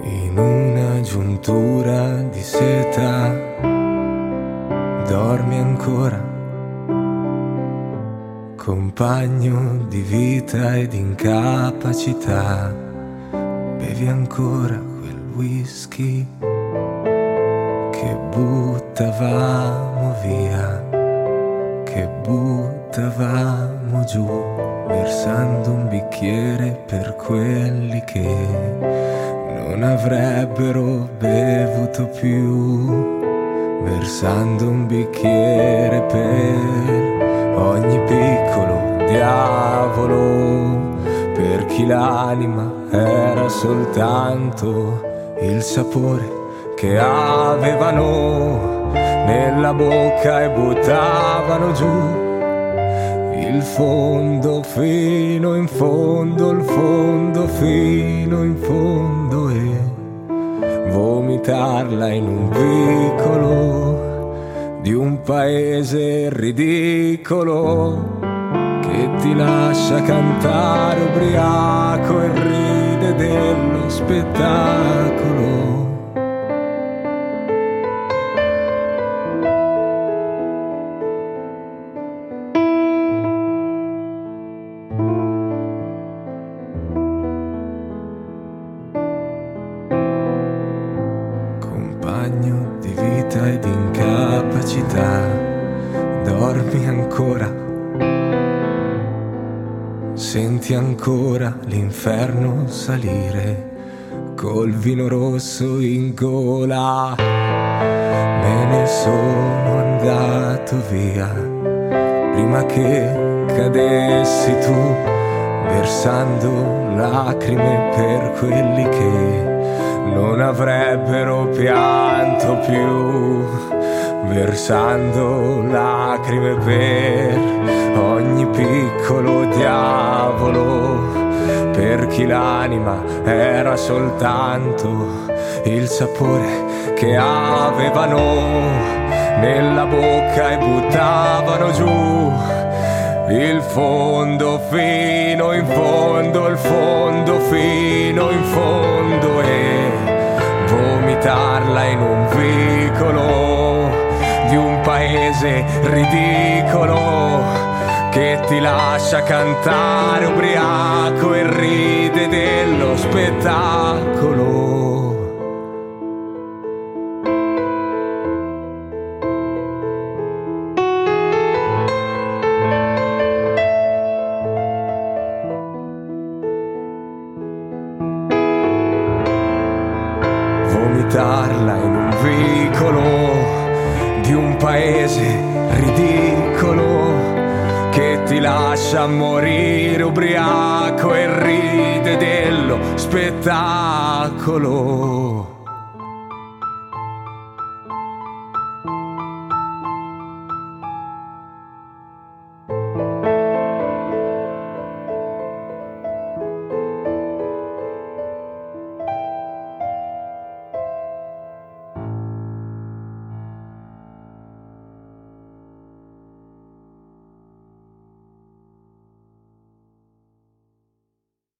In una giuntura di seta dormi ancora, compagno di vita ed incapacità. Bevi ancora quel whisky che buttavamo via, che buttavamo giù, versando un bicchiere per quelli che non avrebbero bevuto più, versando un bicchiere per ogni piccolo diavolo, per chi l'anima era soltanto il sapore che avevano nella bocca e buttavano giù il fondo fino in fondo, il fondo fino in fondo, e vomitarla in un vicolo di un paese ridicolo che ti lascia cantare ubriaco e ride dello spettacolo. Compagno di vita ed incapacità, dormi ancora, senti ancora l'inferno salire col vino rosso in gola. Me ne sono andato via prima che cadessi tu, versando lacrime per quelli che non avrebbero pianto più, versando lacrime per ogni piccolo diavolo, per chi l'anima era soltanto il sapore che avevano nella bocca e buttavano giù il fondo fino in fondo, il fondo fino in fondo, e vomitarla in un vicolo di un paese ridicolo che ti lascia cantare ubriaco e ride dello spettacolo. Vomitarla in un vicolo di un paese ridicolo che ti lascia morire ubriaco e ride dello spettacolo.